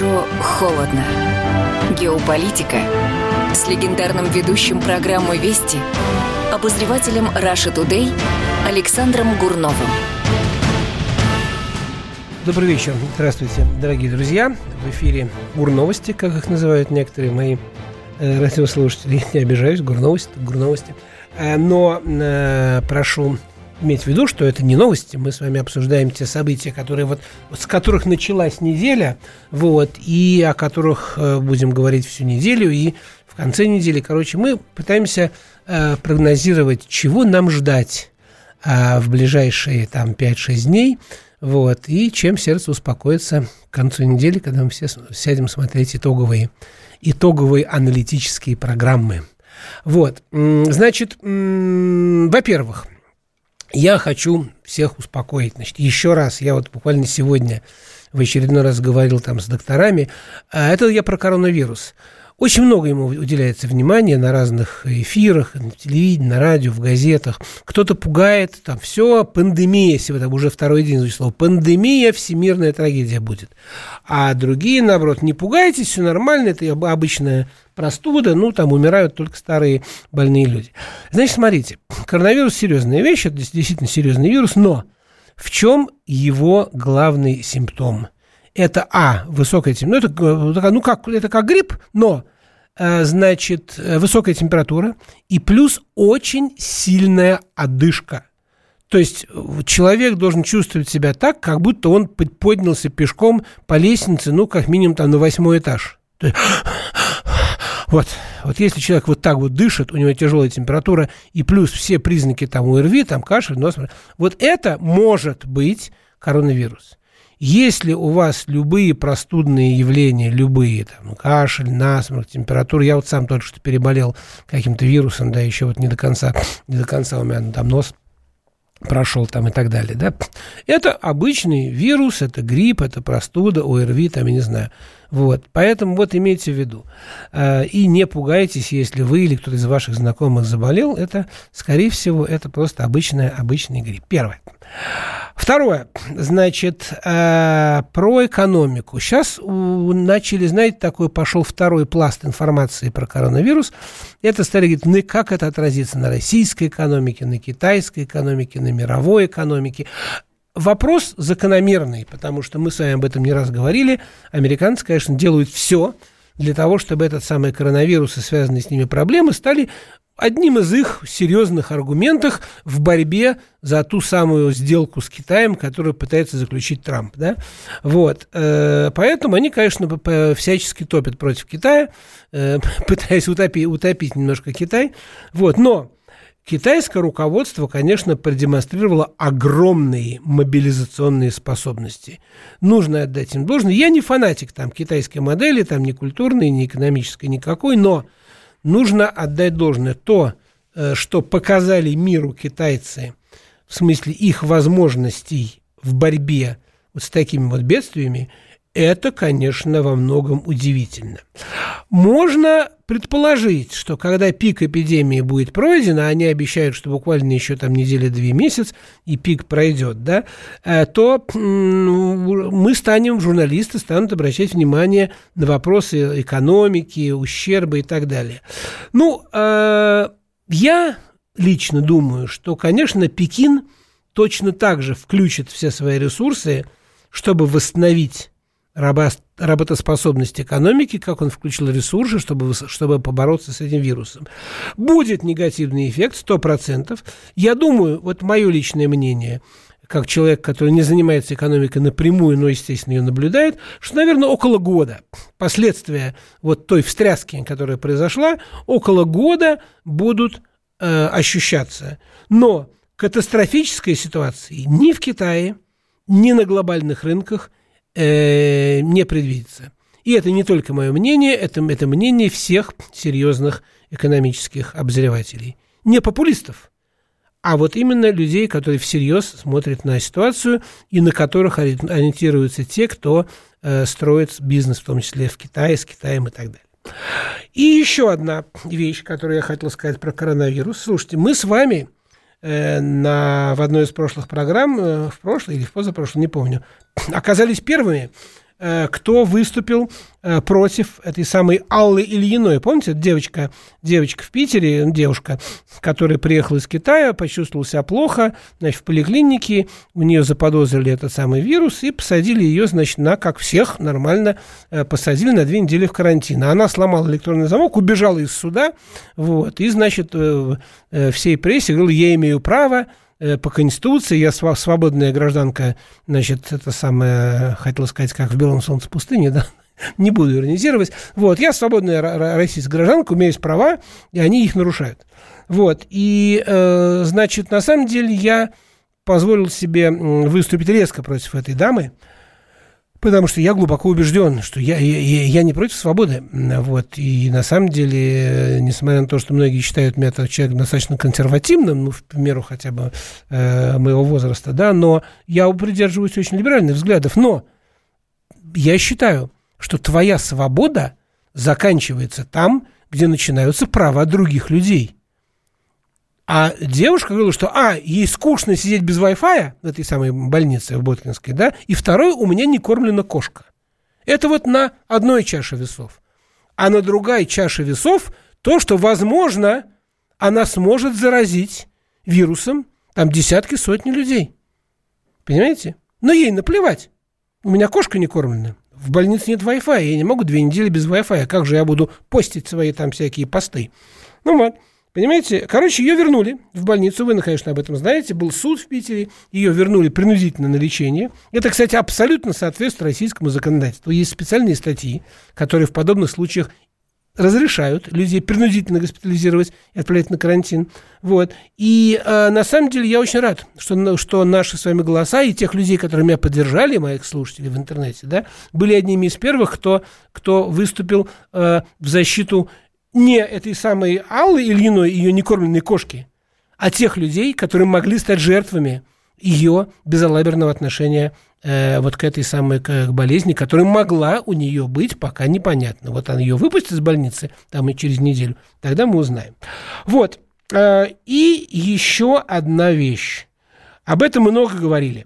еще холодно. Геополитика с легендарным ведущим программы «Вести», обозревателем Russia Today Александром Гурновым. Добрый вечер. Здравствуйте, дорогие друзья. В эфире Гурновости, как их называют некоторые мои радиослушатели. Не обижаюсь, Гурновости. Но прошу иметь в виду, что это не новости. Мы с вами обсуждаем те события, которые с которых началась неделя, и о которых будем говорить всю неделю, и в конце недели. Мы пытаемся прогнозировать, чего нам ждать в ближайшие 5-6 дней, и чем сердце успокоится к концу недели, когда мы все сядем смотреть итоговые аналитические программы. Значит, во-первых, я хочу всех успокоить. Еще раз, я буквально сегодня в очередной раз говорил с докторами, это я про коронавирус. Очень много ему уделяется внимания на разных эфирах, на телевидении, на радио, в газетах. Кто-то пугает, все, пандемия, сегодня уже второй день звучит слово, пандемия, всемирная трагедия будет. А другие, наоборот, не пугайтесь, все нормально, это обычная простуда, умирают только старые больные люди. Значит, смотрите, коронавирус – серьезная вещь, это действительно серьезный вирус, но в чем его главный симптом? Это, высокая температура, это как грипп, но, высокая температура и плюс очень сильная одышка. То есть человек должен чувствовать себя так, как будто он поднялся пешком по лестнице, как минимум на 8-й этаж. Если человек так дышит, у него тяжелая температура и плюс все признаки ОРВИ, кашель, нос, это может быть коронавирус. Если у вас любые простудные явления, кашель, насморк, температура, я сам только что переболел каким-то вирусом, еще не до конца у меня нос прошел и так далее, это обычный вирус, это грипп, это простуда, ОРВИ, я не знаю. Поэтому имейте в виду. И не пугайтесь, если вы или кто-то из ваших знакомых заболел, это, скорее всего, это просто обычный грипп. Первое. Второе, про экономику. Сейчас начали, пошел второй пласт информации про коронавирус. Это стали говорить, как это отразится на российской экономике, на китайской экономике, на мировой экономике. Вопрос закономерный, потому что мы с вами об этом не раз говорили. Американцы, конечно, делают все для того, чтобы этот самый коронавирус и связанные с ними проблемы стали одним из их серьезных аргументов в борьбе за ту самую сделку с Китаем, которую пытается заключить Трамп. Поэтому они, конечно, всячески топят против Китая, пытаясь утопить немножко Китай. Но китайское руководство, конечно, продемонстрировало огромные мобилизационные способности. Нужно отдать им должное. Я не фанатик китайской модели, ни культурной, ни экономической, никакой, но нужно отдать должное. То, что показали миру китайцы, в смысле их возможностей в борьбе с такими бедствиями, это, конечно, во многом удивительно. Можно предположить, что когда пик эпидемии будет пройден, а они обещают, что буквально еще недели-2 месяц, и пик пройдет, то журналисты станут обращать внимание на вопросы экономики, ущерба и так далее. Я лично думаю, что, конечно, Пекин точно так же включит все свои ресурсы, чтобы восстановить работоспособность экономики, как он включил ресурсы, чтобы побороться с этим вирусом. Будет негативный эффект, 100%. Я думаю, мое личное мнение, как человек, который не занимается экономикой напрямую, но, естественно, ее наблюдает, что, наверное, около года последствия той встряски, которая произошла, около года будут ощущаться. Но катастрофической ситуации ни в Китае, ни на глобальных рынках не предвидится. И это не только мое мнение, это мнение всех серьезных экономических обозревателей. Не популистов, а именно людей, которые всерьез смотрят на ситуацию и на которых ориентируются те, кто строит бизнес, в том числе в Китае, с Китаем и так далее. И еще одна вещь, которую я хотел сказать про коронавирус. Слушайте, мы с вами в одной из прошлых программ, в прошлой или в позапрошлой, не помню, оказались первыми кто выступил против этой самой Аллы Ильиной. Помните, девочка в Питере, девушка, которая приехала из Китая, почувствовала себя плохо, значит, в поликлинике, у нее заподозрили этот самый вирус и посадили ее, значит, как всех нормально, посадили на 2 недели в карантин. А она сломала электронный замок, убежала из суда, вот, и, значит, всей прессе говорила: я имею право по Конституции, я свободная гражданка, значит, это самое, хотела сказать, как в «Белом солнце пустыни», да, не буду иронизировать, вот, я свободная российская гражданка, у меня есть права, и они их нарушают, вот, и, значит, на самом деле я позволил себе выступить резко против этой дамы, потому что я глубоко убежден, что я не против свободы. Вот. И на самом деле, несмотря на то, что многие считают меня человеком достаточно консервативным, ну, в меру хотя бы моего возраста, да, но я придерживаюсь очень либеральных взглядов. Но я считаю, что твоя свобода заканчивается там, где начинаются права других людей. А девушка говорила, что ей скучно сидеть без Wi-Fi в этой самой больнице в Боткинской, да, и второй, у меня не кормлена кошка. Это вот на одной чаше весов. А на другой чаше весов то, что, возможно, она сможет заразить вирусом там десятки, сотни людей. Понимаете? Но ей наплевать. У меня кошка не кормлена. В больнице нет Wi-Fi, я не могу 2 недели без Wi-Fi. Как же я буду постить свои там всякие посты? Ну вот. Понимаете? Короче, ее вернули в больницу. Вы, конечно, об этом знаете. Был суд в Питере. Ее вернули принудительно на лечение. Это, кстати, абсолютно соответствует российскому законодательству. Есть специальные статьи, которые в подобных случаях разрешают людей принудительно госпитализировать и отправлять на карантин. Вот. И на самом деле я очень рад, что наши с вами голоса и тех людей, которые меня поддержали, моих слушателей в интернете, да, были одними из первых, кто выступил в защиту не этой самой Аллы Ильиной и ее некормленной кошки, а тех людей, которые могли стать жертвами ее безалаберного отношения вот к этой самой к болезни, которая могла у нее быть, пока непонятно. Вот она ее выпустит из больницы, там и через неделю, тогда мы узнаем. Вот. И еще одна вещь. Об этом много говорили.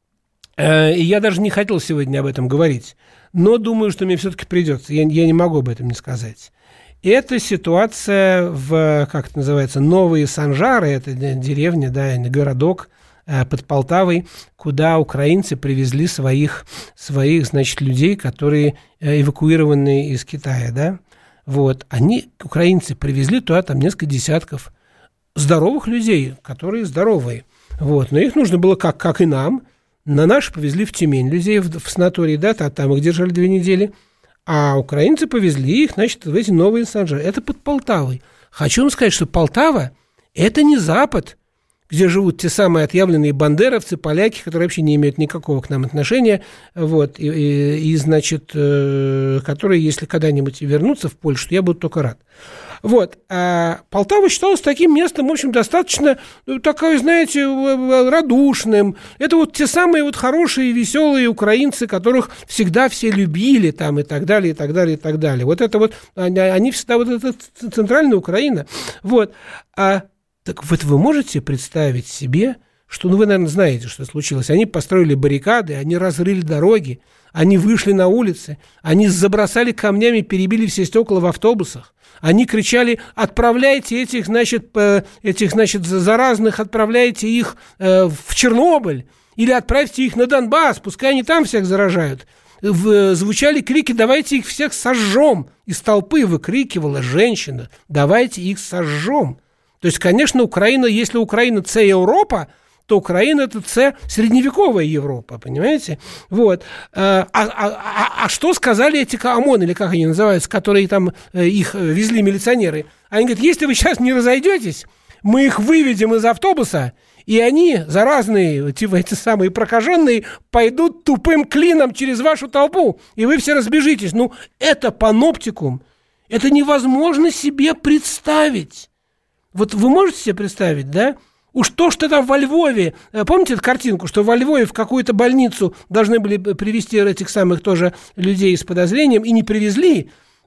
И я даже не хотел сегодня об этом говорить, но думаю, что мне все-таки придется. Я не могу об этом не сказать. Это ситуация как это называется, Новые Санжары, это деревня, да, городок под Полтавой, куда украинцы привезли своих, значит, людей, которые эвакуированы из Китая, да. Вот, украинцы привезли туда там несколько десятков здоровых людей, которые здоровые. Вот, но их нужно было, как и нам, на наши повезли в Тюмень людей в санаторий, да, там их держали 2 недели. А украинцы повезли их, значит, в эти Новые Санжары. Это под Полтавой. Хочу вам сказать, что Полтава – это не Запад, где живут те самые отъявленные бандеровцы, поляки, которые вообще не имеют никакого к нам отношения, вот, и значит, которые, если когда-нибудь вернутся в Польшу, я буду только рад. Вот. А Полтава считалась таким местом, в общем, достаточно, такой, знаете, радушным. Это вот те самые вот хорошие, веселые украинцы, которых всегда все любили там и так далее, и так далее, и так далее. Вот это вот, они всегда, вот это центральная Украина. Вот. Так вот вы можете представить себе, что, вы, наверное, знаете, что случилось. Они построили баррикады, они разрыли дороги, они вышли на улицы, они забросали камнями, перебили все стекла в автобусах. Они кричали: отправляйте этих, значит, заразных, отправляйте их в Чернобыль или отправьте их на Донбасс, пускай они там всех заражают. Звучали крики: давайте их всех сожжем. Из толпы выкрикивала женщина: давайте их сожжем. То есть, конечно, Украина, если Украина – це Европа, то Украина – это це средневековая Европа, понимаете? Вот. А что сказали эти ОМОН, или как они называются, которые там их везли милиционеры? Они говорят: если вы сейчас не разойдетесь, мы их выведем из автобуса, и они, заразные, эти самые прокаженные, пойдут тупым клином через вашу толпу, и вы все разбежитесь. Ну, это паноптикум. Это невозможно себе представить. Вот вы можете себе представить, да? Уж то, что там во Львове, помните эту картинку, что во Львове в какую-то больницу должны были привезти этих самых тоже людей с подозрением, и не привезли,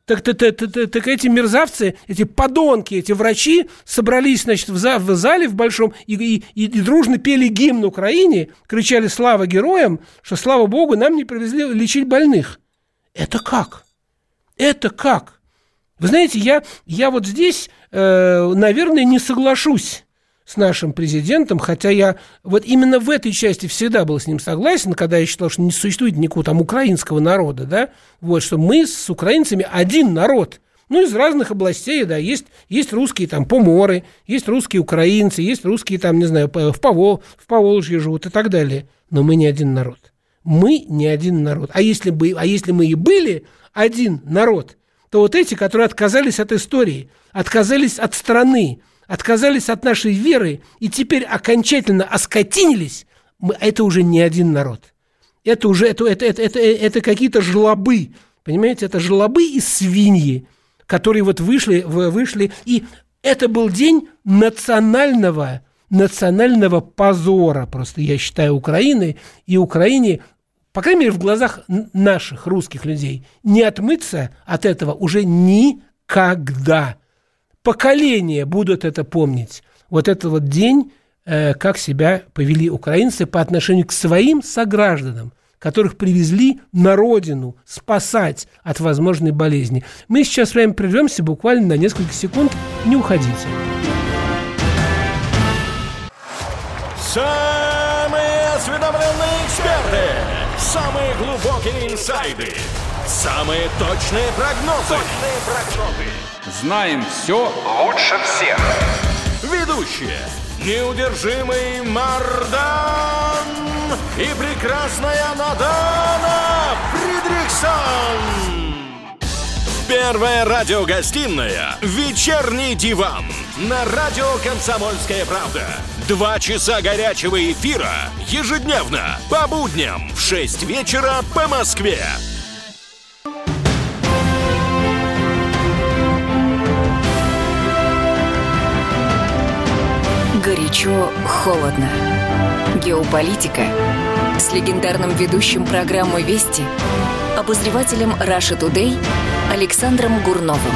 Так эти мерзавцы, эти подонки, эти врачи собрались, значит, в зале в большом и дружно пели гимн Украине, кричали «Слава героям!», что, слава богу, нам не привезли лечить больных. Это как? Это как? Вы знаете, я вот здесь, наверное, не соглашусь с нашим президентом, хотя я вот именно в этой части всегда был с ним согласен, когда я считал, что не существует никакого там украинского народа, да, вот, что мы с украинцами один народ, ну, из разных областей, да, есть русские там поморы, есть русские украинцы, есть русские там, не знаю, в Поволжье живут и так далее, но мы не один народ. Мы не один народ. А если мы и были один народ, то вот эти, которые отказались от истории, отказались от страны, отказались от нашей веры и теперь окончательно оскотинились, это уже не один народ. Это уже это какие-то жлобы, понимаете? Это жлобы и свиньи, которые вот вышли. И это был день национального позора, просто, я считаю, Украины. И Украине, по крайней мере, в глазах наших русских людей, не отмыться от этого уже никогда. Поколения будут это помнить. Вот этот вот день, как себя повели украинцы по отношению к своим согражданам, которых привезли на родину спасать от возможной болезни. Мы сейчас с вами прервемся буквально на несколько секунд. Не уходите. Самые осведомленные эксперты, самые глубокие инсайды, самые точные прогнозы. Знаем все лучше всех. Ведущие: неудержимый Мардан и прекрасная Надана Фридрихсон. Первая радиогостинная «Вечерний диван» на радио «Комсомольская правда». 2 часа горячего эфира ежедневно по будням в 6 вечера по Москве. Горячо, холодно. Геополитика с легендарным ведущим программы «Вести», обозревателем Russia Today Александром Гурновым.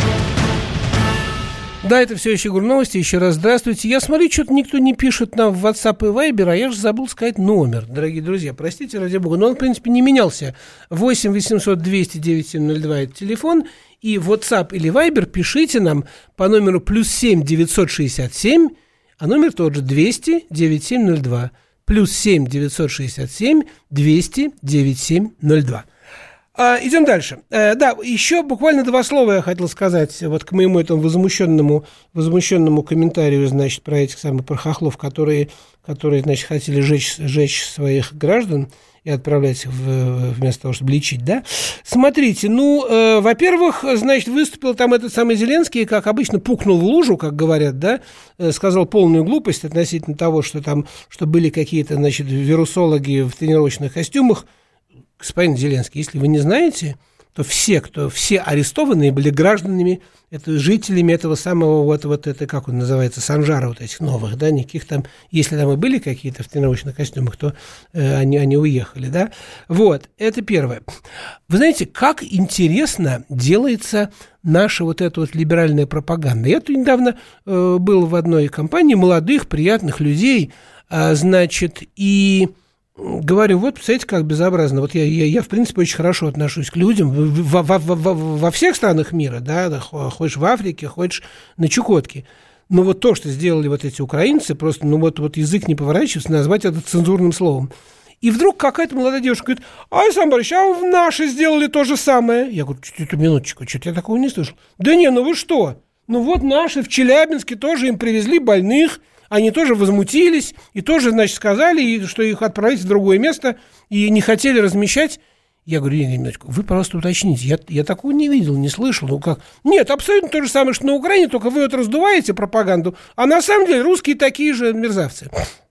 Да, это все еще Гурновости. Еще раз здравствуйте. Я смотрю, что-то никто не пишет нам в WhatsApp и Viber, а я же забыл сказать номер, дорогие друзья. Простите, ради бога. Но он, в принципе, не менялся. 8 800 200 9702 – это телефон. И WhatsApp или Viber пишите нам по номеру +7 967, а номер тот же 200 9702. +7 967 200 9702. Идем дальше. Да, еще буквально 2 слова я хотел сказать вот к моему этому возмущенному комментарию, значит, про этих самых хохлов, которые, значит, хотели сжечь своих граждан и отправлять их вместо того, чтобы лечить, да. Смотрите, во-первых, значит, выступил там этот самый Зеленский, как обычно, пукнул в лужу, как говорят, да, сказал полную глупость относительно того, что были какие-то, значит, вирусологи в тренировочных костюмах. Господин Зеленский, если вы не знаете, то все арестованные были гражданами, жителями этого самого, это, как он называется, Санжара, вот этих новых, да, никаких там, если там и были какие-то в тренировочных костюмах, то они уехали, да. Вот, это первое. Вы знаете, как интересно делается наша вот эта вот либеральная пропаганда. Я тут недавно был в одной компании молодых, приятных людей, значит, и... Говорю, вот, представляете, как безобразно. Вот я в принципе, очень хорошо отношусь к людям во всех странах мира, да, хочешь в Африке, хочешь на Чукотке. Но вот то, что сделали вот эти украинцы, просто, вот язык не поворачивается назвать это цензурным словом. И вдруг какая-то молодая девушка говорит: Александр Борисович, а наши сделали то же самое. Я говорю, минуточку, что-то я такого не слышал. Да не, вы что? Вот наши в Челябинске тоже им привезли больных. Они тоже возмутились и тоже, значит, сказали, что их отправить в другое место и не хотели размещать. Я говорю, минуточку, вы просто уточните, я такого не видел, не слышал. Ну как? Нет, абсолютно то же самое, что на Украине, только вы раздуваете пропаганду, а на самом деле русские такие же мерзавцы.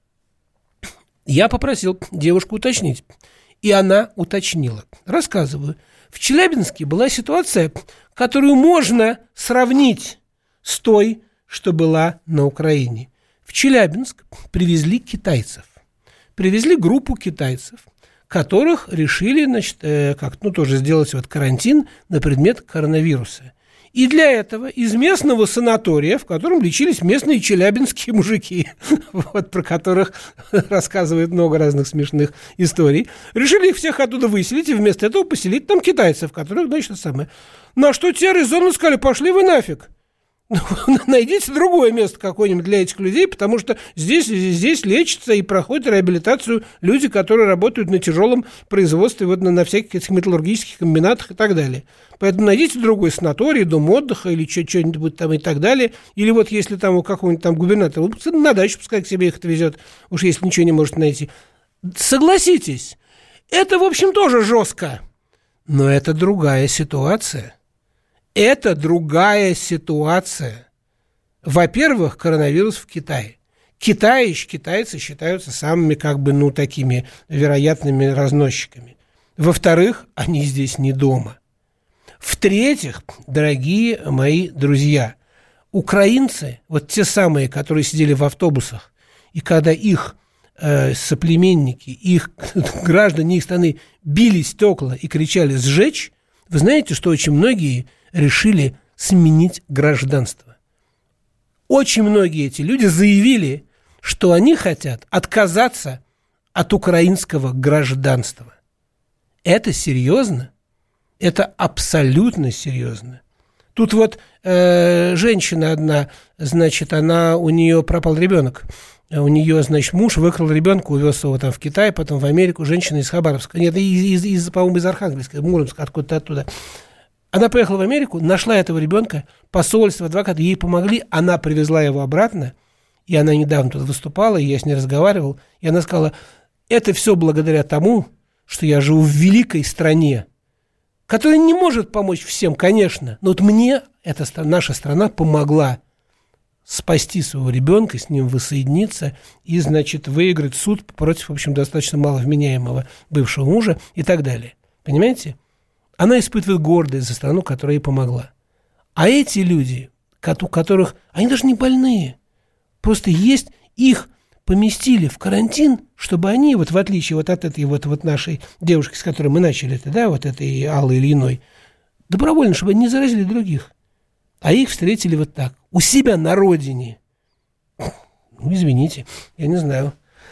Я попросил девушку уточнить, и она уточнила. Рассказываю. В Челябинске была ситуация, которую можно сравнить с той, что была на Украине. В Челябинск привезли китайцев. Привезли группу китайцев, которых решили, значит, тоже сделать вот карантин на предмет коронавируса. И для этого из местного санатория, в котором лечились местные челябинские мужики, вот, про которых рассказывают много разных смешных историй, решили их всех оттуда выселить и вместо этого поселить там китайцев, которых, значит, самое. На что те резонно сказали: пошли вы нафиг. Найдите другое место какое-нибудь для этих людей, потому что здесь лечатся и проходят реабилитацию люди, которые работают на тяжелом производстве, вот на всяких этих металлургических комбинатах и так далее. Поэтому найдите другой санаторий, дом отдыха или что-нибудь там и так далее. Или вот если там у какого-нибудь там губернатора на дачу пускай к себе их отвезет, уж если ничего не может найти. Согласитесь, это, в общем, тоже жестко. Но это другая ситуация. Это другая ситуация. Во-первых, коронавирус в Китае. Китайцы считаются самыми, такими вероятными разносчиками. Во-вторых, они здесь не дома. В-третьих, дорогие мои друзья, украинцы, вот те самые, которые сидели в автобусах, и когда их соплеменники, их граждане их страны били стекла и кричали «сжечь», вы знаете, что очень многие решили сменить гражданство. Очень многие эти люди заявили, что они хотят отказаться от украинского гражданства. Это серьезно? Это абсолютно серьезно. Тут вот женщина одна, значит, у нее пропал ребенок. У нее, значит, муж выкрал ребенка, увез его там в Китай, потом в Америку. Женщина из Хабаровска. Нет, по-моему, из Архангельска, Муромска, откуда-то оттуда. Она поехала в Америку, нашла этого ребенка, посольство, адвокаты ей помогли, она привезла его обратно, и она недавно тут выступала, и я с ней разговаривал, и она сказала: это все благодаря тому, что я живу в великой стране, которая не может помочь всем, конечно, но вот мне наша страна помогла спасти своего ребенка, с ним воссоединиться и, значит, выиграть суд против, в общем, достаточно маловменяемого бывшего мужа и так далее. Понимаете? Она испытывает гордость за страну, которая ей помогла. А эти люди, у которых... Они даже не больные. Просто их поместили в карантин, чтобы они, вот в отличие вот от этой вот нашей девушки, с которой мы начали, вот этой Аллы Ильиной, добровольно, чтобы они не заразили других. А их встретили вот так, у себя на родине. Ну, извините, я не знаю.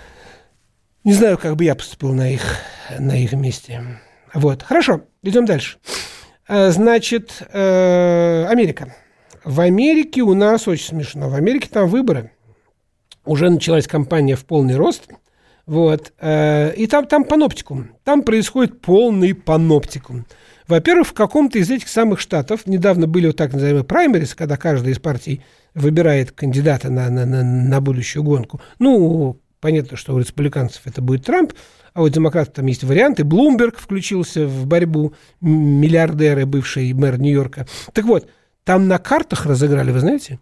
Не знаю, как бы я поступил на их месте. Вот, хорошо, идем дальше. Значит, Америка. В Америке у нас очень смешно. В Америке там выборы. Уже началась кампания в полный рост. Вот. И там паноптикум. Там происходит полный паноптикум. Во-первых, в каком-то из этих самых штатов недавно были вот так называемые праймерис, когда каждая из партий выбирает кандидата на будущую гонку. Ну, понятно, что у республиканцев это будет Трамп, а у демократов там есть варианты. Блумберг включился в борьбу, миллиардер и бывший мэр Нью-Йорка. Так вот, там на картах разыграли, вы знаете,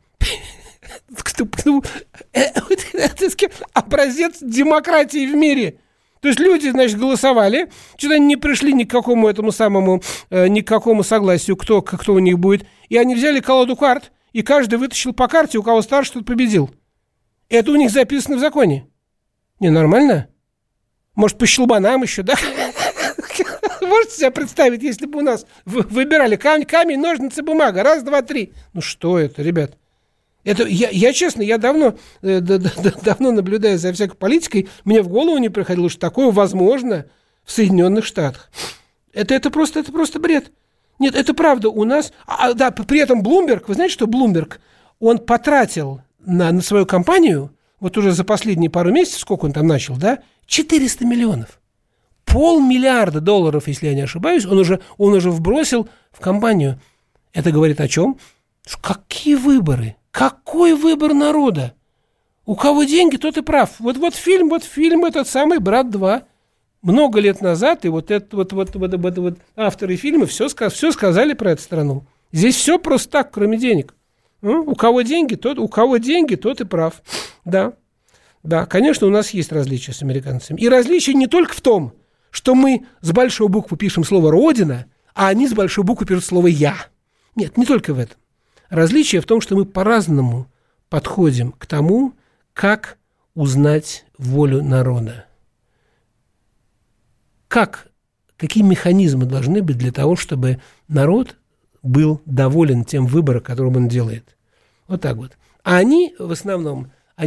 образец демократии в мире. То есть люди, значит, голосовали, что-то они не пришли ни к какому согласию, кто у них будет, и они взяли колоду карт, и каждый вытащил по карте, у кого старше, тот победил. Это у них записано в законе. Не, нормально? Может, по щелбанам еще, да? Можете себе представить, если бы у нас выбирали камень, ножницы, бумага, раз, два, три. Ну что это, ребят? Это я честно, я давно наблюдаю за всякой политикой, мне в голову не приходило, что такое возможно в Соединенных Штатах. Это просто бред. Нет, это правда у нас. Да, при этом Блумберг, вы знаете, что Блумберг, он потратил на свою кампанию, вот уже за последние пару месяцев, сколько он там начал, да, 400 миллионов. $500 миллиарда, если я не ошибаюсь, он уже вбросил в кампанию. Это говорит о чем? Какие выборы? Какой выбор народа? У кого деньги, тот и прав. Вот фильм этот самый «Брат 2». Много лет назад, и вот авторы фильма все сказали про эту страну. Здесь все просто так, кроме денег. У кого деньги, тот и прав. Да, конечно, у нас есть различия с американцами. И различия не только в том, что мы с большой буквы пишем слово «Родина», а они с большой буквы пишут слово «Я». Нет, не только в этом. Различие в том, что мы по-разному подходим к тому, как узнать волю народа. какие механизмы должны быть для того, чтобы народ был доволен тем выбором, который он делает. Вот так вот. А они в основном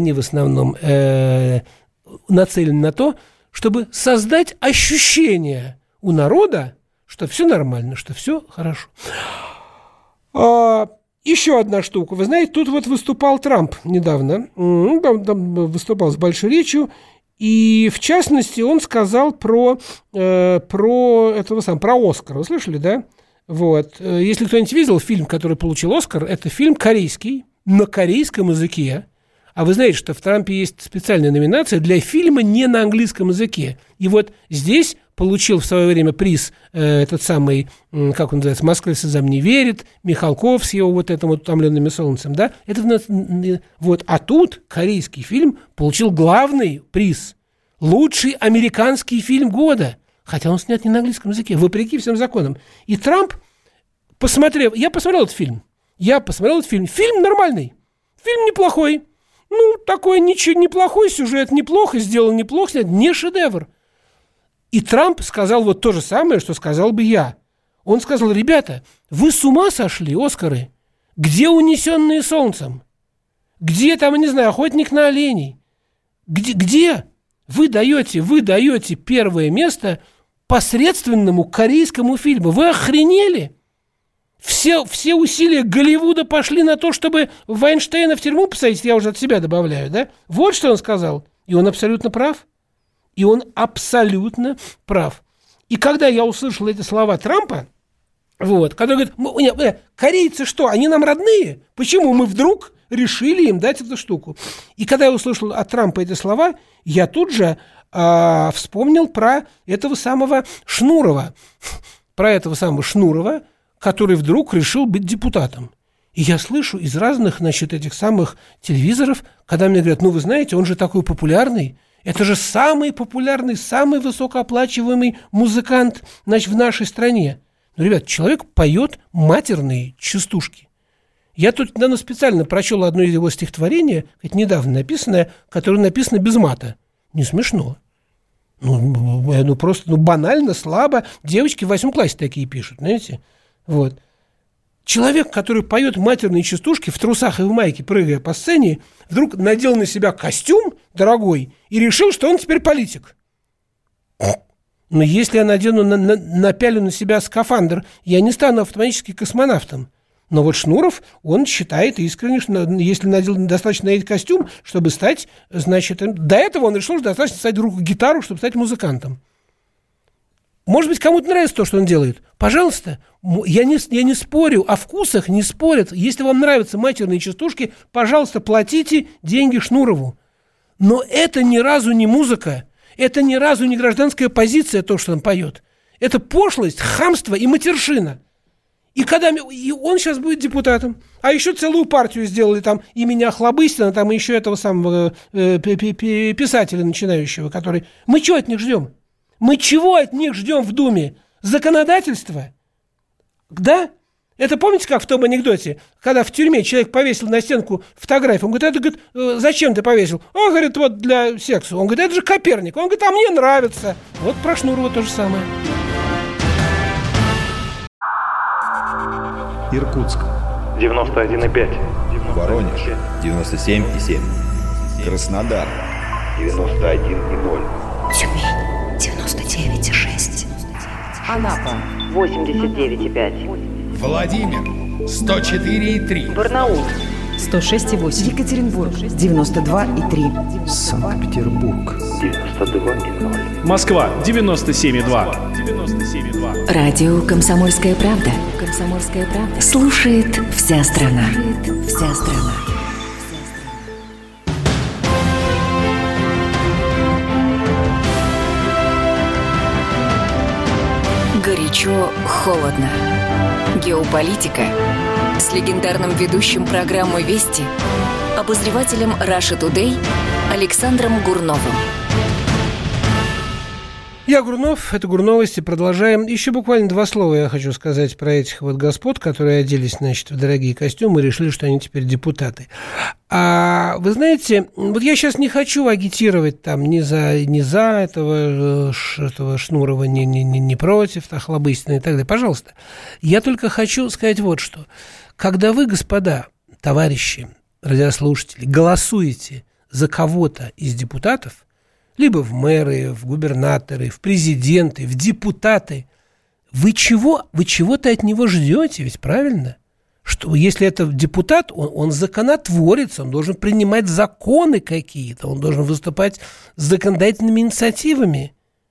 нацелены на то, чтобы создать ощущение у народа, что все нормально, что все хорошо. Еще одна штука. Вы знаете, тут вот выступал Трамп недавно. Там выступал с большой речью. И, в частности, он сказал про Оскар. Вы слышали, да? Вот. Если кто-нибудь видел фильм, который получил Оскар, это фильм корейский, на корейском языке. А вы знаете, что в Трампе есть специальная номинация для фильма не на английском языке. И вот здесь получил в свое время приз этот самый, как он называется, «Москва слезам не верит», Михалков с его вот этим вот «Утомленными солнцем», да? Вот. А тут корейский фильм получил главный приз – лучший американский фильм года. Хотя он снят не на английском языке, вопреки всем законам. И Трамп, я посмотрел этот фильм. Фильм нормальный, фильм неплохой. Ну, такой неплохой сюжет, неплохо сделан, неплохо снят, не шедевр. И Трамп сказал вот то же самое, что сказал бы я. Он сказал: ребята, вы с ума сошли, Оскары? Где «Унесенные солнцем»? Где там, не знаю, «Охотник на оленей»? Где? Вы даете первое место посредственному корейскому фильму. Вы охренели? Все усилия Голливуда пошли на то, чтобы Вайнштейна в тюрьму посадить, я уже от себя добавляю, да? Вот что он сказал. И он абсолютно прав. И когда я услышал эти слова Трампа, вот, который говорит: корейцы что, они нам родные? Почему мы вдруг решили им дать эту штуку? И когда я услышал от Трампа эти слова, я тут же вспомнил про этого самого Шнурова, который вдруг решил быть депутатом. И я слышу из разных, этих самых телевизоров, когда мне говорят: ну, вы знаете, он же такой популярный, это же самый популярный, самый высокооплачиваемый музыкант, в нашей стране. Ну, ребят, человек поет матерные частушки. Я тут недавно специально прочел одно из его стихотворения, недавно написанное, которое написано без мата. Не смешно. Просто банально, слабо. Девочки в 8 классе такие пишут, знаете. Вот. Человек, который поет матерные частушки в трусах и в майке, прыгая по сцене, вдруг надел на себя костюм дорогой и решил, что он теперь политик. Но если я напялю на себя скафандр, я не стану автоматически космонавтом. Но вот Шнуров, он считает искренне, что если надел достаточно надеть костюм, чтобы стать, до этого он решил, что достаточно стать в руку гитару, чтобы стать музыкантом. Может быть, кому-то нравится то, что он делает. Пожалуйста, я не спорю, о вкусах не спорят. Если вам нравятся матерные частушки, пожалуйста, платите деньги Шнурову. Но это ни разу не музыка, это ни разу не гражданская позиция, то, что он поет. Это пошлость, хамство и матершина. И он сейчас будет депутатом. А еще целую партию сделали там имени Охлобыстина, там еще этого самого писателя начинающего, который... Мы чего от них ждем? Мы чего от них ждем в Думе? Законодательство? Да? Это помните, как в том анекдоте, когда в тюрьме человек повесил на стенку фотографию? Он говорит: зачем ты повесил? Он говорит: вот для секса. Он говорит: это же Коперник. Он говорит: а мне нравится. Вот про Шнурова то же самое. Иркутск 91,5. Воронеж 97,7. Краснодар 91,0. Тюмень 99,6. Анапа 89,5. Владимир 104,3. Барнаул 106,8. Екатеринбург 92,3. Санкт-Петербург 92,0. Москва 97,2. Радио «Комсомольская правда». Слушает вся страна. Горячо, холодно. Геополитика с легендарным ведущим программы «Вести», обозревателем Russia Today Александром Гурновым. Я Гурнов, это Гурновости, продолжаем. Еще буквально 2 слова я хочу сказать про этих вот господ, которые оделись, значит, в дорогие костюмы и решили, что они теперь депутаты. А вы знаете, вот я сейчас не хочу агитировать там ни за этого Шнурова, ни против, Охлобыстина и так далее. Пожалуйста. Я только хочу сказать вот что. Когда вы, господа, товарищи, радиослушатели, голосуете за кого-то из депутатов, либо в мэры, в губернаторы, в президенты, в депутаты. Вы чего-то от него ждете, ведь правильно? Что если это депутат, он законотворец, он должен принимать законы какие-то, он должен выступать с законодательными инициативами.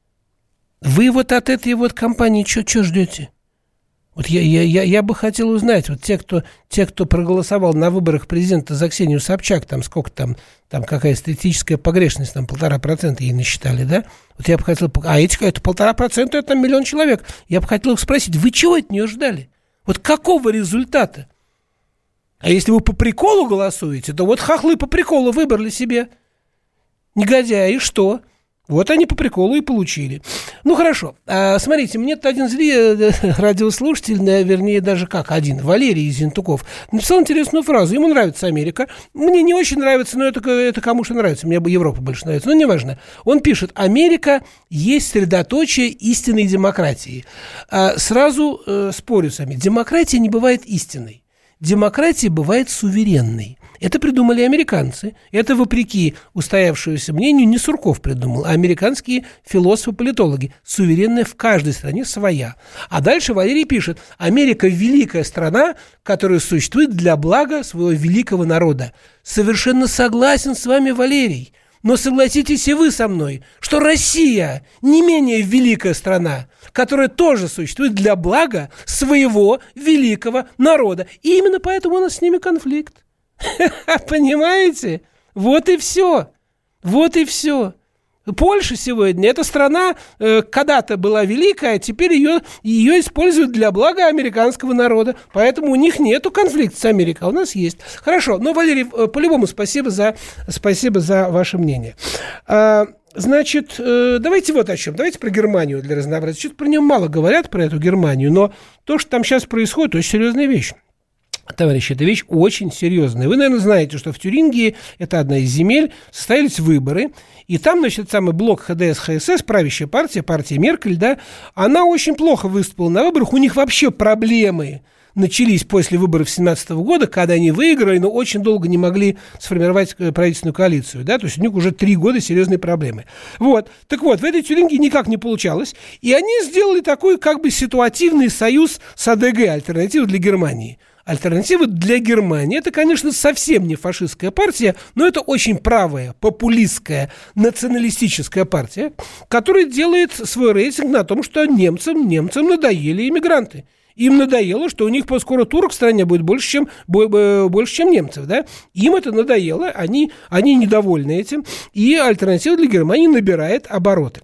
Вы вот от этой вот компании что ждете? Вот я бы хотел узнать, вот те, кто проголосовал на выборах президента за Ксению Собчак, там сколько там какая статистическая погрешность, там 1,5% ей насчитали, да? Вот я бы хотел, это 1,5%, это там 1 миллион человек. Я бы хотел их спросить, вы чего от нее ждали? Вот какого результата? А если вы по приколу голосуете, то вот хохлы по приколу выбрали себе негодяи, и что? Вот они по приколу и получили. Ну, хорошо. Смотрите, мне тут один радиослушатель, вернее, даже один, Валерий из Ентуков, написал интересную фразу. Ему нравится Америка. Мне не очень нравится, но это кому что нравится. Мне бы Европа больше нравится, но неважно. Он пишет, Америка есть средоточие истинной демократии. Сразу спорю с вами. Демократия не бывает истинной. Демократия бывает суверенной. Это придумали американцы. Это, вопреки устоявшемуся мнению, не Сурков придумал, а американские философы-политологи. Суверенная в каждой стране своя. А дальше Валерий пишет, Америка – великая страна, которая существует для блага своего великого народа. Совершенно согласен с вами, Валерий. Но согласитесь и вы со мной, что Россия не менее великая страна, которая тоже существует для блага своего великого народа. И именно поэтому у нас с ними конфликт. Понимаете? Вот и все. Вот и все. Польша сегодня, эта страна когда-то была великая, а теперь ее используют для блага американского народа. Поэтому у них нету конфликта с Америкой, а у нас есть. Хорошо, но, Валерий, по-любому спасибо за ваше мнение. Значит, давайте вот о чем. Давайте про Германию для разнообразия. Что-то про нее мало говорят, про эту Германию, но то, что там сейчас происходит, очень серьезная вещь. Товарищи, эта вещь очень серьезная. Вы, наверное, знаете, что в Тюрингии, это одна из земель, состоялись выборы, и там, значит, самый блок ХДС-ХСС, правящая партия Меркель, да, она очень плохо выступила на выборах, у них вообще проблемы начались после выборов 2017 года, когда они выиграли, но очень долго не могли сформировать правительственную коалицию, да, то есть у них уже 3 года серьезные проблемы. Вот, так вот, в этой Тюрингии никак не получалось, и они сделали такой как бы ситуативный союз с АДГ, альтернативу для Германии. Альтернатива для Германии – это, конечно, совсем не фашистская партия, но это очень правая, популистская, националистическая партия, которая делает свой рейтинг на том, что немцам надоели иммигранты. Им надоело, что у них скоро турок в стране будет больше, чем немцев. Да? Им это надоело, они недовольны этим, и альтернатива для Германии набирает обороты.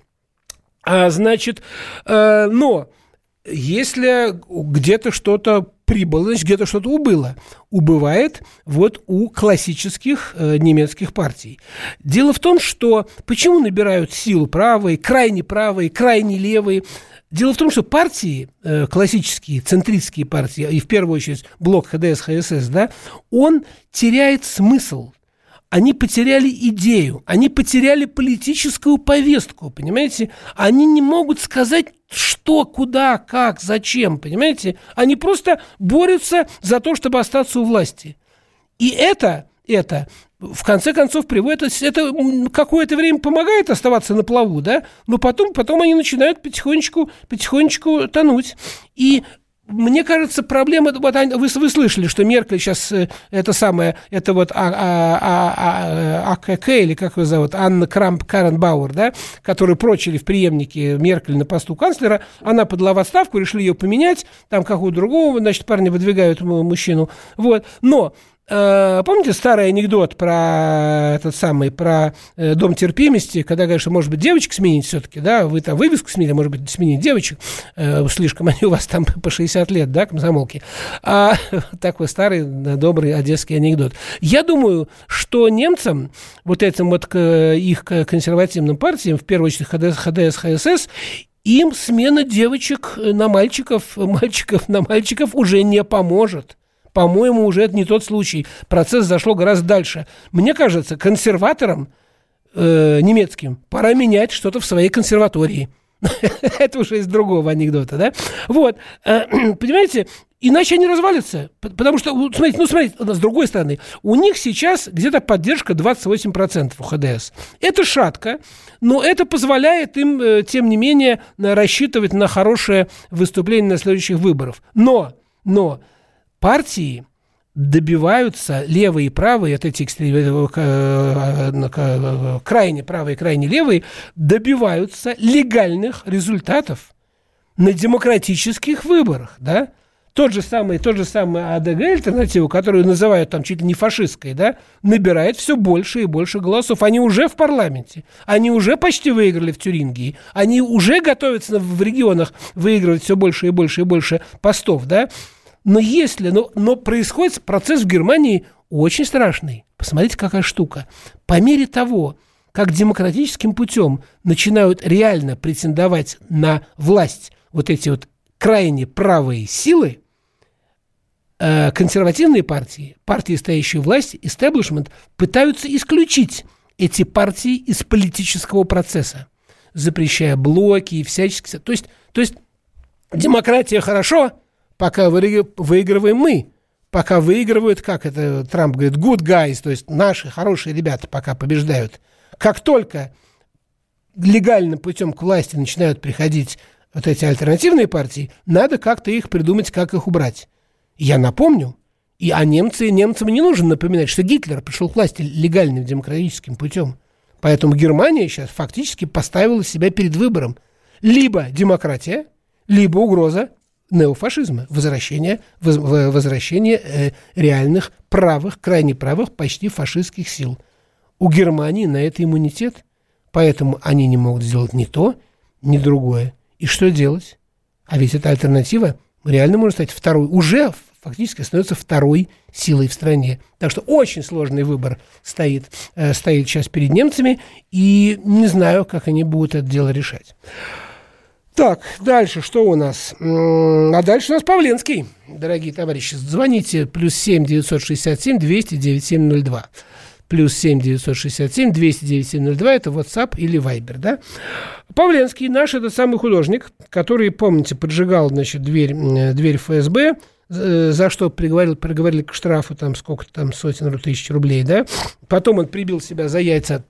Но если где-то что-то прибыло, значит, где-то что-то убывает вот у классических немецких партий. Дело в том, что почему набирают силу правые, крайне левые? Дело в том, что партии, классические, центристские партии, и в первую очередь блок ХДС-ХСС, да, он теряет смысл. Они потеряли идею, они потеряли политическую повестку, понимаете? Они не могут сказать, что, куда, как, зачем, понимаете? Они просто борются за то, чтобы остаться у власти. И это в конце концов приводит, это какое-то время помогает оставаться на плаву, да? Но потом они начинают потихонечку тонуть. И мне кажется, проблема, вот вы слышали, что Меркель сейчас это вот АКК, или как ее зовут, Анна Крамп-Карренбауэр, да, которую прочили в преемнике Меркель на посту канцлера, она подала в отставку, решили ее поменять, там какого-то другого, значит, парня выдвигают мужчину, вот, но помните старый анекдот про дом терпимости, когда говорят, что, может быть, девочек сменить все-таки, да, вы там вывеску сменили, может быть, сменить девочек, слишком они у вас там по 60 лет, да, комсомолки. Такой старый, добрый одесский анекдот. Я думаю, что немцам, вот этим вот их консервативным партиям, в первую очередь ХДС, ХСС, им смена девочек на мальчиков, мальчиков на мальчиков уже не поможет. По-моему, уже это не тот случай. Процесс зашел гораздо дальше. Мне кажется, консерваторам немецким пора менять что-то в своей консерватории. Это уже из другого анекдота, да? Вот. Понимаете, иначе они развалятся. Потому что, смотрите, с другой стороны, у них сейчас где-то поддержка 28% у ХДС. Это шатко, но это позволяет им, тем не менее, рассчитывать на хорошее выступление на следующих выборах. Но партии добиваются, левые и правые, вот эти крайне правые и крайне левые, добиваются легальных результатов на демократических выборах, да? Тот же самый АДГ, альтернативу, которую называют там чуть ли не фашистской, да, набирает все больше и больше голосов. Они уже в парламенте, они уже почти выиграли в Тюрингии, они уже готовятся в регионах выигрывать все больше и больше и больше постов, да? Но происходит процесс в Германии очень страшный. Посмотрите, какая штука. По мере того, как демократическим путем начинают реально претендовать на власть вот эти вот крайне правые силы, консервативные партии, стоящие у власти, истеблишмент, пытаются исключить эти партии из политического процесса, запрещая блоки и всячески. То есть демократия хорошо, пока выигрываем мы, пока выигрывают, как это Трамп говорит, good guys, то есть наши хорошие ребята пока побеждают. Как только легальным путем к власти начинают приходить вот эти альтернативные партии, надо как-то их придумать, как их убрать. Я напомню, немцам не нужно напоминать, что Гитлер пришел к власти легальным демократическим путем. Поэтому Германия сейчас фактически поставила себя перед выбором. Либо демократия, либо угроза неофашизма, возвращение реальных правых, крайне правых, почти фашистских сил. У Германии на это иммунитет, поэтому они не могут сделать ни то, ни другое. И что делать? А ведь эта альтернатива реально может стать уже фактически становится второй силой в стране. Так что очень сложный выбор стоит сейчас перед немцами, и не знаю, как они будут это дело решать. Так, дальше что у нас? А дальше у нас Павленский, дорогие товарищи. Звоните +7 967 200 9702. +7 967 200 9702. Это WhatsApp или Viber, да? Павленский, наш этот самый художник, который, помните, поджигал, значит, дверь ФСБ, за что приговорили к штрафу там сколько-то там сотен тысяч рублей, да? Потом он прибил себя за яйца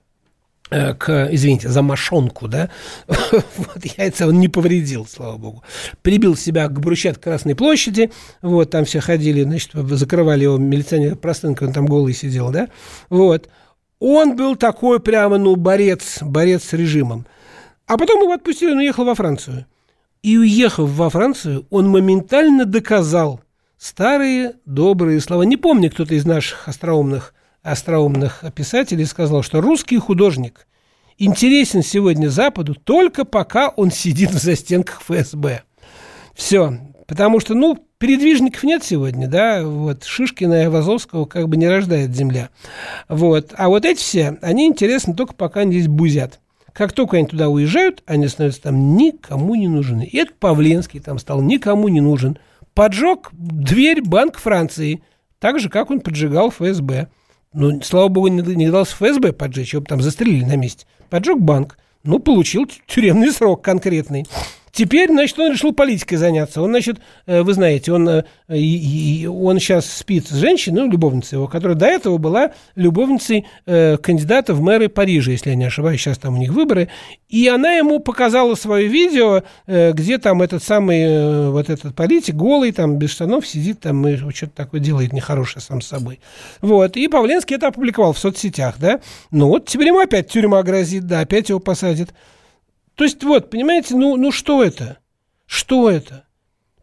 за мошонку, да, вот, яйца он не повредил, слава богу, прибил себя к брусчатке Красной площади, вот, там все ходили, значит, закрывали его милиционер простынкой, он там голый сидел, да, вот, он был такой прямо, борец с режимом, а потом его отпустили, он уехал во Францию, и уехав во Францию, он моментально доказал старые добрые слова, не помню, кто-то из наших остроумных писателей сказал, что русский художник интересен сегодня Западу только пока он сидит в застенках ФСБ. Все. Потому что, передвижников нет сегодня, да, вот, Шишкина и Айвазовского как бы не рождает земля. Вот. А вот эти все, они интересны только пока они здесь бузят. Как только они туда уезжают, они становятся там никому не нужны. И этот Павленский там стал никому не нужен. Поджег дверь Банка Франции, так же, как он поджигал ФСБ. Слава богу, не дался ФСБ поджечь, его там застрелили на месте. Поджег банк, получил тюремный срок конкретный. Теперь, значит, он решил политикой заняться. Он, значит, вы знаете, он сейчас спит с женщиной, любовницей его, которая до этого была любовницей кандидата в мэры Парижа, если я не ошибаюсь, сейчас там у них выборы. И она ему показала свое видео, где там этот самый, вот этот политик, голый, там, без штанов, сидит там и что-то такое делает нехорошее сам с собой. Вот. И Павленский это опубликовал в соцсетях, да. Теперь ему опять тюрьма грозит, да, опять его посадят. То есть, вот, понимаете, что это? Что это?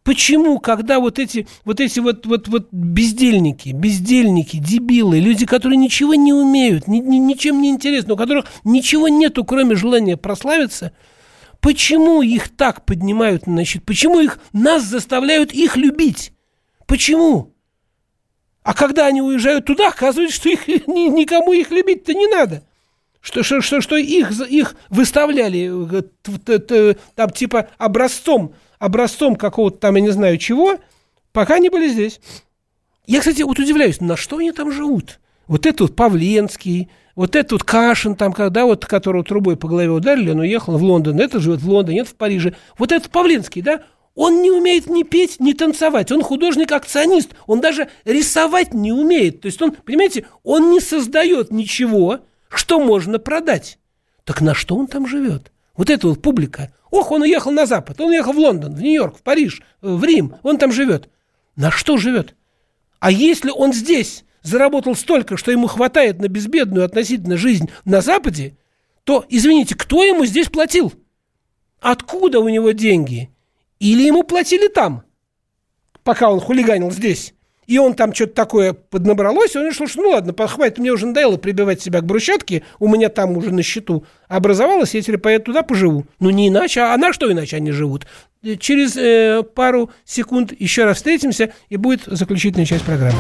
Почему, когда вот эти бездельники, дебилы, люди, которые ничего не умеют, ничем не интересны, у которых ничего нету, кроме желания прославиться, почему их так поднимают на щит? Почему нас заставляют их любить? Почему? А когда они уезжают туда, оказывается, что никому их любить-то не надо. Что их выставляли там типа образцом какого-то там, я не знаю чего, пока они были здесь. Я, кстати, вот удивляюсь, на что они там живут? Вот этот Павленский, вот этот Кашин, там, когда которого трубой по голове ударили, он уехал в Лондон, это живет в Лондоне, это в Париже. Вот этот Павленский, да, он не умеет ни петь, ни танцевать, он художник-акционист, он даже рисовать не умеет. То есть он, понимаете, он не создает ничего, что можно продать. Так на что он там живет? Вот эта вот публика. Ох, он уехал на Запад, он уехал в Лондон, в Нью-Йорк, в Париж, в Рим, он там живет. На что живет? А если он здесь заработал столько, что ему хватает на безбедную относительно жизнь на Западе, то, извините, кто ему здесь платил? Откуда у него деньги? Или ему платили там, пока он хулиганил здесь? И он там что-то такое поднабралось, и он решил, что ну ладно, хватит, мне уже надоело прибивать себя к брусчатке, у меня там уже на счету образовалось, я теперь поеду туда, поживу. Ну не иначе, а на что иначе они живут? Через пару секунд еще раз встретимся, и будет заключительная часть программы.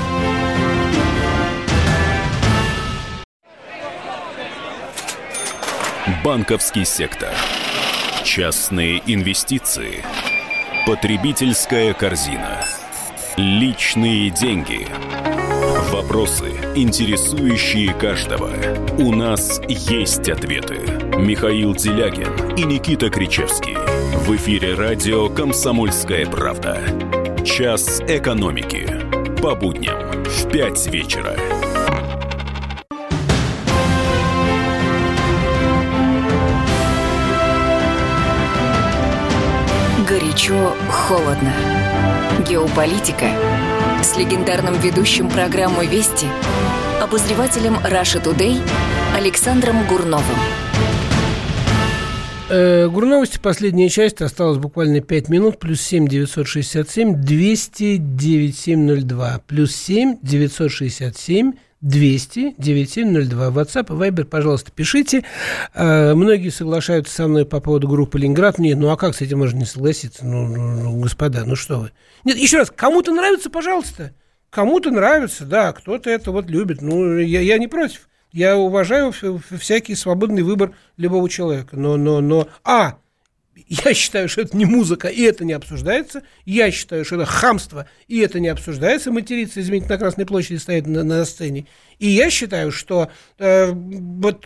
Банковский сектор. Частные инвестиции. Потребительская корзина. Личные деньги. Вопросы, интересующие каждого. У нас есть ответы. Михаил Делягин и Никита Кричевский. В эфире радио «Комсомольская правда». Час экономики. По будням в 5 вечера. Горячо, холодно. Геополитика с легендарным ведущим программы «Вести», обозревателем Russia Today Александром Гурновым. Гурновости, последняя часть, осталось буквально 5 минут, плюс 7 967 200 9702, плюс 7 967 200 9702. WhatsApp и Viber, пожалуйста, пишите. Многие соглашаются со мной по поводу группы «Ленинград». Нет, ну а как с этим можно не согласиться? Ну, господа, ну что вы. Нет, еще раз, кому-то нравится, пожалуйста. Кому-то нравится, да, кто-то это вот любит. Ну, я не против. Я уважаю всякий свободный выбор любого человека. Но я считаю, что это не музыка, и это не обсуждается. Я считаю, что это хамство, и это не обсуждается. Материться, извините, на Красной площади стоит на сцене. И я считаю, что вот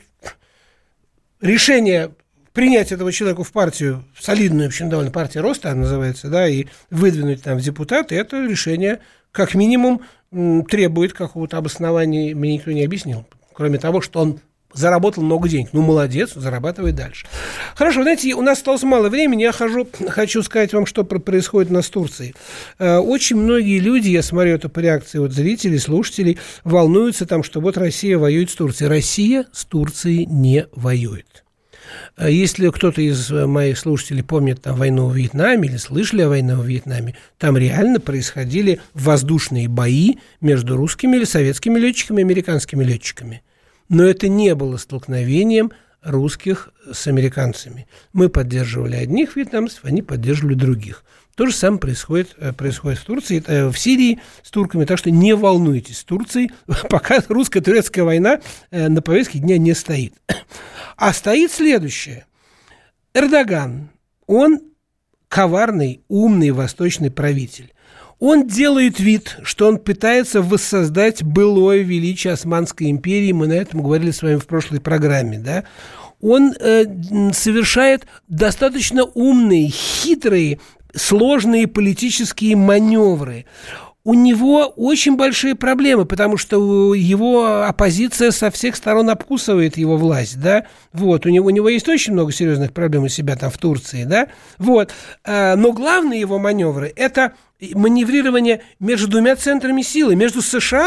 решение принять этого человека в партию, солидную, в общем, довольно партия роста она называется, да, и выдвинуть там в депутаты, это решение, как минимум, требует какого-то обоснования, мне никто не объяснил. Кроме того, что он заработал много денег. Ну, молодец, зарабатывай дальше. Хорошо, знаете, у нас осталось мало времени. Я хочу сказать вам, что происходит у нас в Турции. Очень многие люди, я смотрю это по реакции вот зрителей, слушателей, волнуются там, что вот Россия воюет с Турцией. Россия с Турцией не воюет. Если кто-то из моих слушателей помнит там войну в Вьетнаме или слышали о войне в Вьетнаме, там реально происходили воздушные бои между русскими или советскими летчиками и американскими летчиками. Но это не было столкновением русских с американцами. Мы поддерживали одних вьетнамцев, они поддерживали других. То же самое происходит в Турции, в Сирии с турками. Так что не волнуйтесь, с Турцией пока русско-турецкая война на повестке дня не стоит. А стоит следующее. Эрдоган, он коварный, умный восточный правитель. Он делает вид, что он пытается воссоздать былое величие Османской империи. Мы на этом говорили с вами в прошлой программе, да? Он совершает достаточно умные, хитрые, сложные политические маневры. У него очень большие проблемы, потому что его оппозиция со всех сторон обкусывает его власть, да, вот, у него есть очень много серьезных проблем у себя там в Турции, да, вот, но главные его маневры – это маневрирование между двумя центрами силы, между США,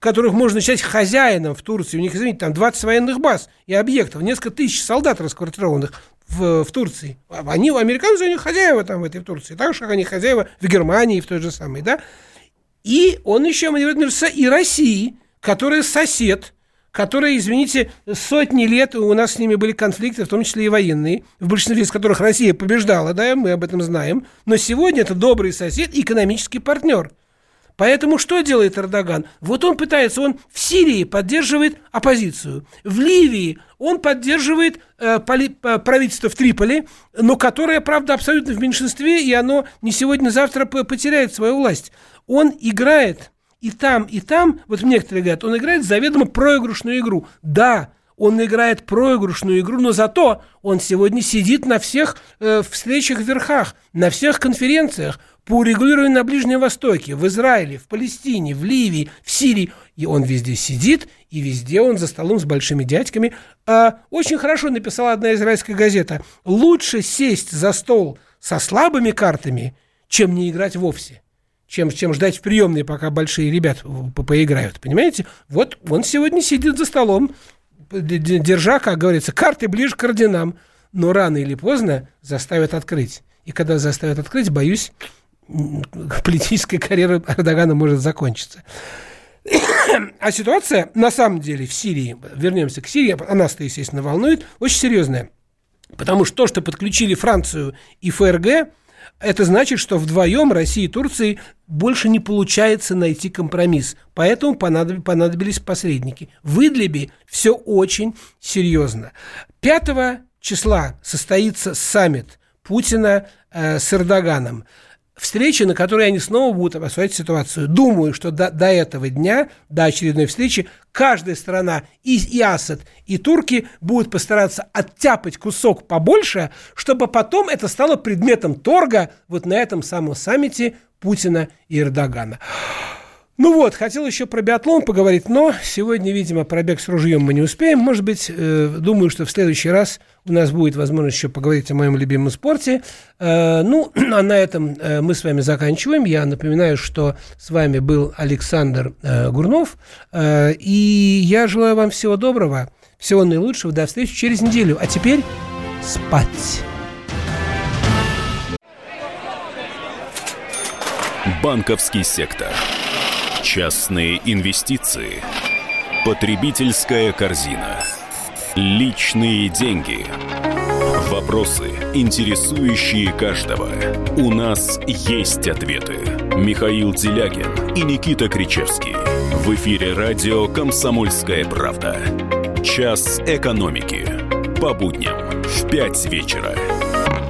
которых можно считать хозяином в Турции. У них, извините, там 20 военных баз и объектов, несколько тысяч солдат расквартированных в Турции. Они, американцы, они хозяева там в этой Турции, так же, как они хозяева в Германии, в той же самой, да. И он еще маневрирует между и Россией, которая сосед, которая, извините, сотни лет у нас с ними были конфликты, в том числе и военные, в большинстве из которых Россия побеждала, да, мы об этом знаем. Но сегодня это добрый сосед и экономический партнер. Поэтому что делает Эрдоган? Вот он пытается, он в Сирии поддерживает оппозицию, в Ливии он поддерживает правительство в Триполи, но которое, правда, абсолютно в меньшинстве, и оно не сегодня-завтра потеряет свою власть. Он играет и там, вот некоторые говорят, он играет заведомо проигрышную игру. Да, он играет проигрышную игру, но зато он сегодня сидит на всех встречах в верхах, на всех конференциях по урегулированию на Ближнем Востоке, в Израиле, в Палестине, в Ливии, в Сирии. И он везде сидит, и везде он за столом с большими дядьками. Очень хорошо написала одна израильская газета: лучше сесть за стол со слабыми картами, чем не играть вовсе. Чем ждать в приемной, пока большие ребята поиграют. Понимаете? Вот он сегодня сидит за столом, держа, как говорится, карты ближе к орденам. Но рано или поздно заставят открыть. И когда заставят открыть, боюсь, политическая карьера Эрдогана может закончиться. А ситуация, на самом деле, в Сирии, вернемся к Сирии, она-то, естественно, волнует, очень серьезная. Потому что то, что подключили Францию и ФРГ, это значит, что вдвоем России и Турции больше не получается найти компромисс. Поэтому понадобились посредники. В Идлибе все очень серьезно. 5 числа состоится саммит Путина с Эрдоганом. Встреча, на которой они снова будут обсуждать ситуацию. Думаю, что до этого дня, до очередной встречи, каждая сторона, и Асад, и турки, будут постараться оттяпать кусок побольше, чтобы потом это стало предметом торга вот на этом самом саммите Путина и Эрдогана. Ну вот, хотел еще про биатлон поговорить, но сегодня, видимо, про бег с ружьем мы не успеем. Может быть, думаю, что в следующий раз у нас будет возможность еще поговорить о моем любимом спорте. Ну, а на этом мы с вами заканчиваем. Я напоминаю, что с вами был Александр Гурнов. И я желаю вам всего доброго, всего наилучшего. До встречи через неделю. А теперь спать. Банковский сектор. Частные инвестиции. Потребительская корзина. Личные деньги. Вопросы, интересующие каждого. У нас есть ответы. Михаил Делягин и Никита Кричевский. В эфире радио «Комсомольская правда». Час экономики. По будням в 5 вечера.